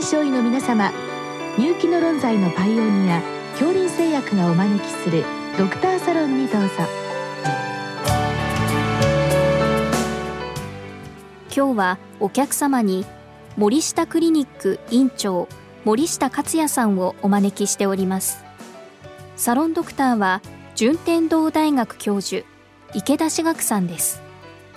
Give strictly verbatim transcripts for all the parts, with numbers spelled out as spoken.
症医の皆様、入気の論剤のパイオニア恐林製薬がお招きするドクターサロンにどうぞ。 今日はお客様に森下クリニック院長森下克也さんをお招きしております。サロンドクターは順天堂大学教授池田志学さんです。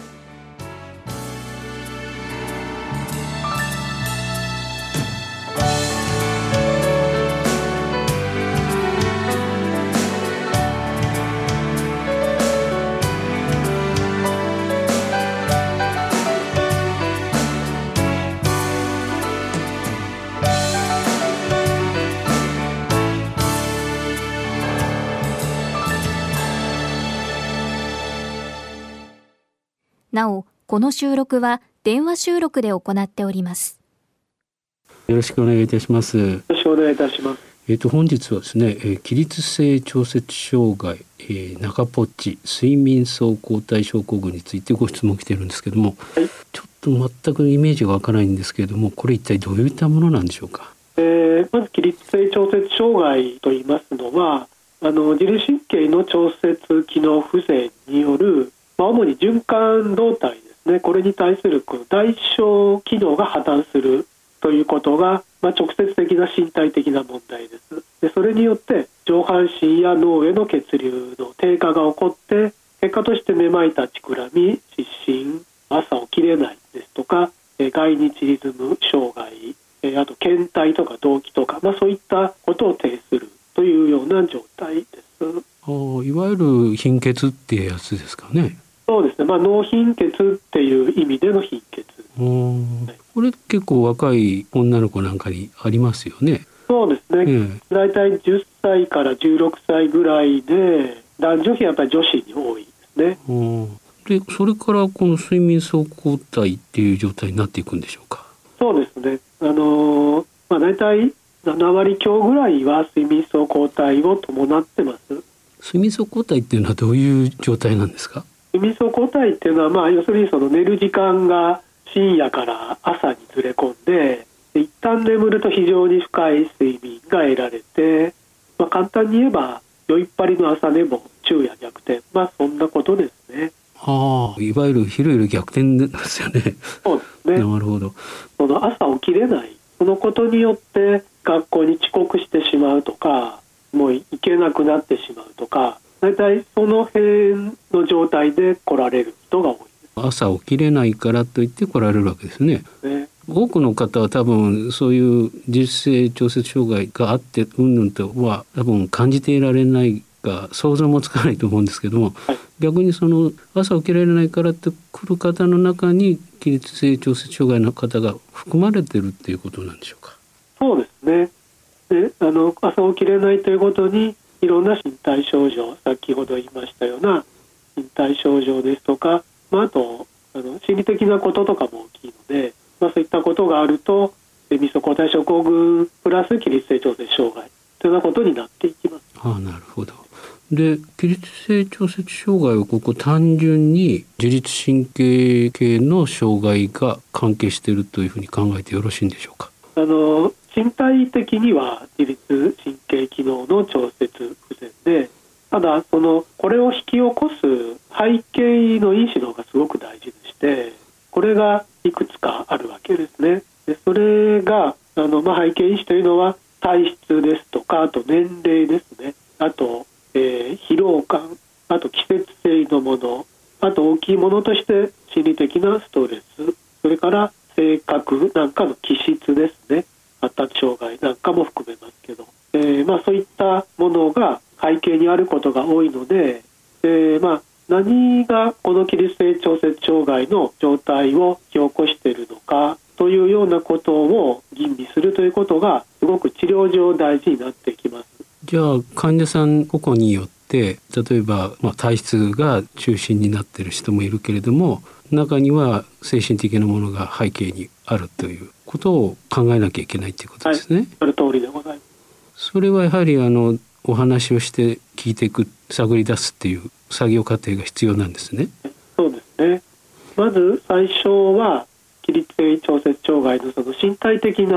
なお、この収録は電話収録で行っております。 よろしくお願いいたします。よろしくお願いいたします。 えー、と本日はですね、えー、起立性調節障害、えー、中ポッチ睡眠相後体症候群についてご質問来てるんですけども、はい、ちょっと全くイメージがわからないんですけれども、これ一体どういったものなんでしょうか。 えー、まず起立性調節障害と言いますのは、あの自律神経の調節機能不全による、まあ、主に循環動態ですね、これに対するこの代償機能が破綻するということが、まあ、直接的な身体的な問題です。でそれによって上半身や脳への血流の低下が起こって、結果としてめまい、立ちくらみ、失神、朝起きれないですとか、外日リズム障害、あと倦怠とか動悸とか、まあ、そういったことを呈するというような状態です。 あ、いわゆる貧血ってやつですかね。 そうですね、まあ、脳貧血っていう意味での貧血、 はい、これ結構若い女の子なんかにありますよね。 そうですね、ええ、だいたいじゅっさいからじゅうろくさいぐらいで、男女比はやっぱり女子に多いですね。 でそれからこの睡眠相後体っていう状態になっていくんでしょうか。 そうですね、あのーまあ、だいたいななわり強ぐらいは睡眠相後体を伴ってます。 睡眠相後体っていうのはどういう状態なんですか。 睡眠相後体っていうのは、まあ、要するにその寝る時間が深夜から朝にずれ込んで、一旦眠ると非常に深い睡眠が得られて、まあ、簡単に言えば酔いっぱりの朝寝も昼夜逆転、まあそんなことですね。 はあ、いわゆる昼夜逆転ですよね。 そうですね。 なるほど。 その朝起きれない、そのことによって学校に遅刻してしまうとか、もう行けなくなってしまうとか、だいたいその辺の状態で来られる人が多いです。 朝起きれないからといって来られるわけですね。ね、多くの方は多分そういう自律性調節障害があってうんぬんとは多分感じていられないか想像もつかないと思うんですけども、はい、逆にその朝起きられないからって来る方の中に起立性調節障害の方が含まれてるっていうことなんでしょうか。 そうですね。で、あの朝起きれないということにいろんな身体症状、先ほど言いましたような身体症状ですとか、まあ、あとあの心理的なこととかも大きいので、まあ、そういったことがあると睡眠相後体症候群プラス起立性調節障害というようなことになっていきます。 ああ、なるほど。で起立性調節障害はここ単純に自律神経系の障害が関係しているというふうに考えてよろしいんでしょうか。 あの身体的には自律神経機能の調節不全で、ただそのこれを引き起こす背景の因子の方がすごく大事でして、これがいくつかあるわけですね。でそれがあの、まあ、背景因子というのは体質ですとか、あと年齢ですね、あと、えー、疲労感、あと季節性のもの、あと大きいものとして心理的なストレス、それから性格なんかの気質ですね、発達障害なんかも含めますけど、えーまあ、そういったものが背景にあることが多いので、えーまあ、何がこの起立性調節障害の状態を引き起こしているのかというようなことを吟味するということがすごく治療上大事になってきます。 じゃあ患者さん個々によって例えば、まあ、体質が中心になっている人もいるけれども、中には精神的なものが背景にあるということを考えなきゃいけないということですね。 はい、その通りでございます。 それはやはりあのお話をして聞いていく、探り出すっていう作業過程が必要なんですね。 そうですね。まず最初は起立性調節障害のその身体的な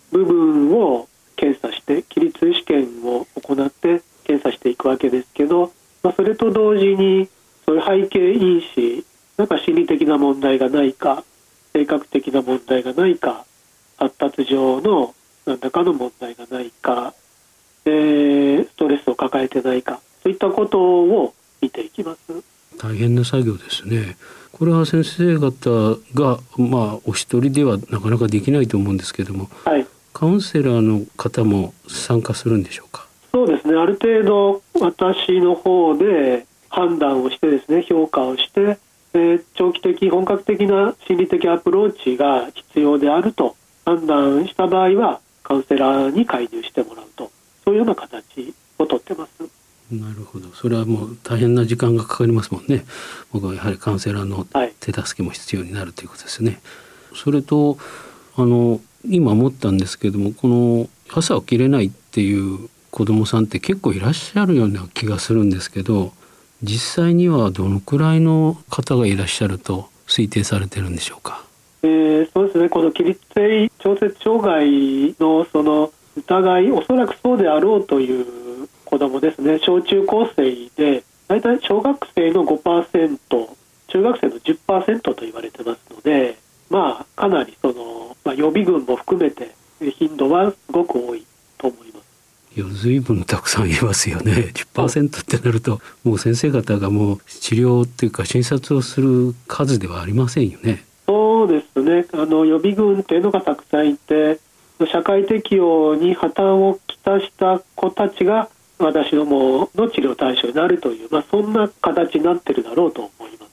部分を検査して、起立試験を行って検査していくわけですけど、まあ、それと同時にそういう背景因子、なんか心理的な問題がないか、性格的な問題がないか、発達上の何らかの問題がないか、えー、ストレスを抱えてないか、そういったことを見ていきます。 大変な作業ですね。これは先生方が、まあ、お一人ではなかなかできないと思うんですけども、 はい、カウンセラーの方も参加するんでしょうか。 そうですね、ある程度私の方で判断をしてですね、評価をして、えー、長期的本格的な心理的アプローチが必要であると判断した場合はカウンセラーに介入してもらうと、そういうような形をとってます。 なるほど。それはもう大変な時間がかかりますもんね。僕はやはりカウンセラーの手助けも必要になるということですね。はい、それとあの今思ったんですけども、この朝起きれないっていう子どもさんって結構いらっしゃるような気がするんですけど、実際にはどのくらいの方がいらっしゃると推定されてるんでしょうか。 えー、そうですね、この起立性調節障害のその疑い、おそらくそうであろうという子どもですね、小中高生でだいたい小学生の ごパーセント、中学生の じゅっパーセント と言われてますので、まあかなりその、まあ、予備軍も含めて頻度はすごく多いと思います。 いや、随分たくさんいますよね。 じゅっパーセント ってなるともう先生方がもう治療っていうか診察をする数ではありませんよね。 そうですね、あの予備軍っていうのがたくさんいて、社会適応に破綻をきたした子たちが私どもの治療対象になるという、まあ、そんな形になってるだろうと思います。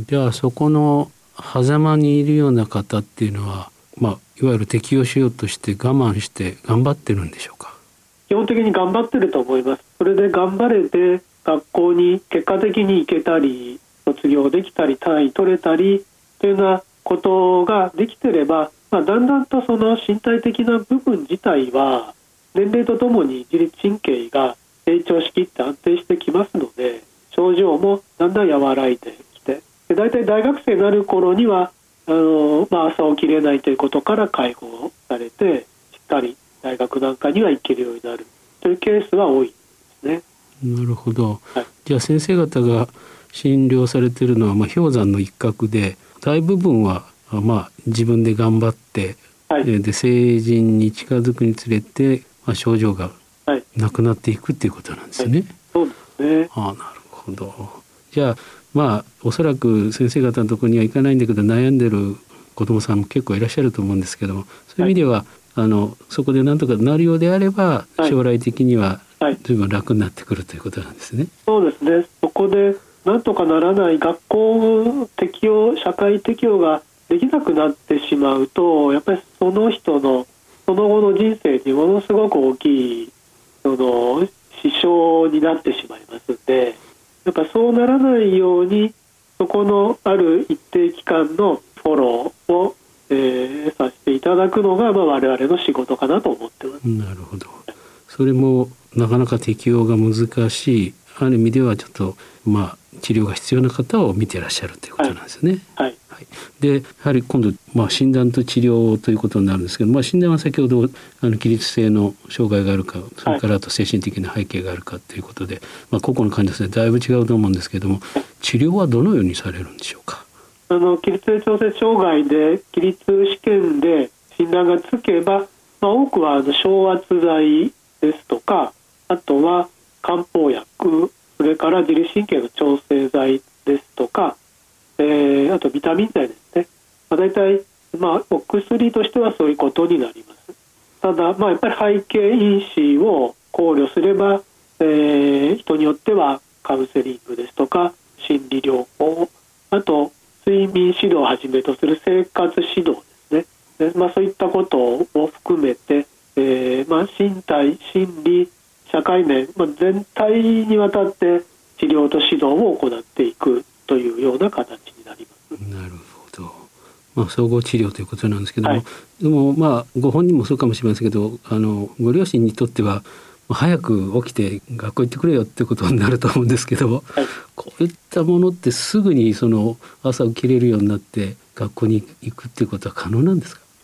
じゃあそこの狭間にいるような方っていうのは、まあ、いわゆる適応しようとして我慢して頑張ってるんでしょうか。 基本的に頑張ってると思います。それで頑張れて学校に結果的に行けたり、卒業できたり、単位取れたりというようなことができてれば、まあ、だんだんとその身体的な部分自体は年齢とともに自律神経が成長しきって安定してきますので、症状もだんだん和らいできて、でだいたい大学生になる頃にはあの、まあ、朝起きれないということから解放されて、しっかり大学なんかには行けるようになるというケースは多いですね。 なるほど、 はい、 じゃあ先生方が診療されているのは、まあ、氷山の一角で、大部分は、まあ、自分で頑張って、はい、で成人に近づくにつれて、まあ、症状がなくなっていくっていうことなんですね。 はいはい、そうですね。 ああ、なるほど。じゃあまあおそらく先生方のところには行かないんだけど悩んでる子どもさんも結構いらっしゃると思うんですけども、そういう意味では、はい、あのそこで何とかなるようであれば、はい、将来的には随分楽になってくるということなんですね。 そうですね。そこでなんとかならない、学校適応、社会適応ができなくなってしまうと、やっぱりその人のその後の人生にものすごく大きいその支障になってしまいますので、やっぱそうならないようにそこのある一定期間のフォローを、えー、させていただくのが、まあ、我々の仕事かなと思ってます。 なるほど。それもなかなか適応が難しい、ある意味ではちょっとまあ治療が必要な方を見ていらっしゃるということなんですね。 はいはいはい、でやはり今度、まあ、診断と治療ということになるんですけど、まあ、診断は先ほどあの起立性の障害があるか、それからあと精神的な背景があるかということで、まあ、個々の患者さんでだいぶ違うと思うんですけども、治療はどのようにされるんでしょうか。 あの起立性調節障害で起立試験で診断がつけば、まあ、多くはあの昇圧剤ですとか、あとは漢方薬、それから自律神経の調整剤ですとか、えー、あとビタミン剤ですね。まあ、大体、まあ、お薬としてはそういうことになります。ただ、まあ、やっぱり背景因子を考慮すれば、えー、人によってはカウンセリングですとか心理療法、あと睡眠指導をはじめとする生活指導ですね。で、まあ、そういったことを含めて、えーまあ、身体、心理、社会面、まあ、全体にわたって治療と指導を行っていくというような形になります。 なるほど。まあ、総合治療ということなんですけども、 はい、 でもまあご本人もそうかもしれませんけど、あのご両親にとっては早く起きて学校行ってくれよってことになると思うんですけど、はい、こういったものってすぐにその朝起きれるようになって学校に行くっていうことは可能なんですか。 い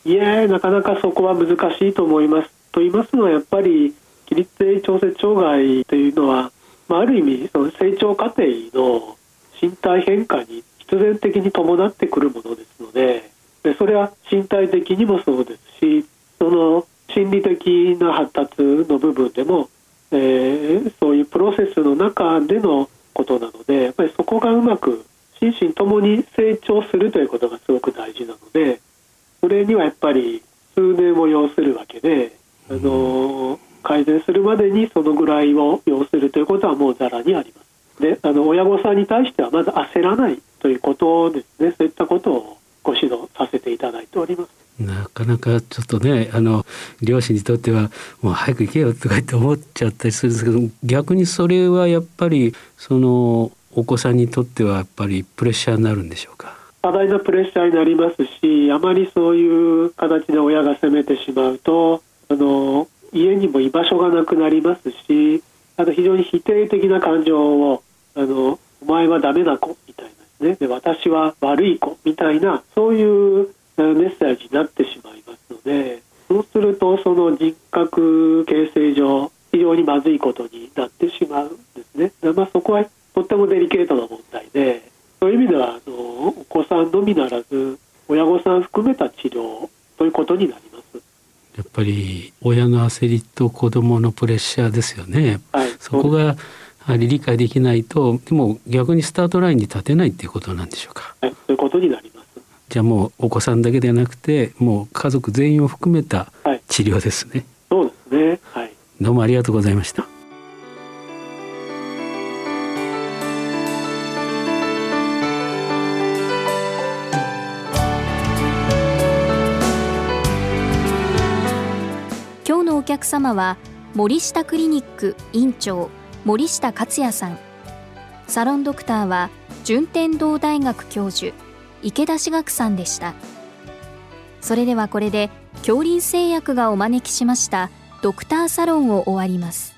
いえ、なかなかそこは難しいと思います。と言いますのは、やっぱり起立性調節障害というのは、まあ、ある意味その成長過程の身体変化に必然的に伴ってくるものですので、でそれは身体的にもそうですし、その心理的な発達の部分でも、えー、そういうプロセスの中でのことなので、やっぱりそこがうまく心身ともに成長するということがすごく大事なので、それにはやっぱり数年を要するわけで、あの改善するまでにそのぐらいを要するということはもうざらにあります。で、あの親御さんに対してはまず焦らないということですね。そういったことをご指導させていただいております。 なかなかちょっとね、あの両親にとってはもう早く行けよとか言って思っちゃったりするんですけど、逆にそれはやっぱりそのお子さんにとってはやっぱりプレッシャーになるんでしょうか。 多大なプレッシャーになりますし、あまりそういう形で親が責めてしまうと、あの家にも居場所がなくなりますし、あと非常に否定的な感情を、あのお前はダメな子みたいなね、で私は悪い子みたいな、そういうメッセージになってしまいますので、そうするとその人格形成上非常にまずいことになってしまうんですね。で、まあ、そこはとってもデリケートな問題で、そういう意味ではあのお子さんのみならず親御さん含めた治療ということになります。 やっぱり親の焦りと子どものプレッシャーですよね、 はい、 そこがやはり理解できないと、でも逆にスタートラインに立てないっていうことなんでしょうか。 はい、そういうことになります。 じゃあもうお子さんだけではなくて、もう家族全員を含めた治療ですね。 はい、そうですね、はい、 どうもありがとうございました。 今日のお客様は森下クリニック院長森下克也さん。サロンドクターは順天堂大学教授池田志学さんでした。それではこれで杏林製薬がお招きしましたドクターサロンを終わります。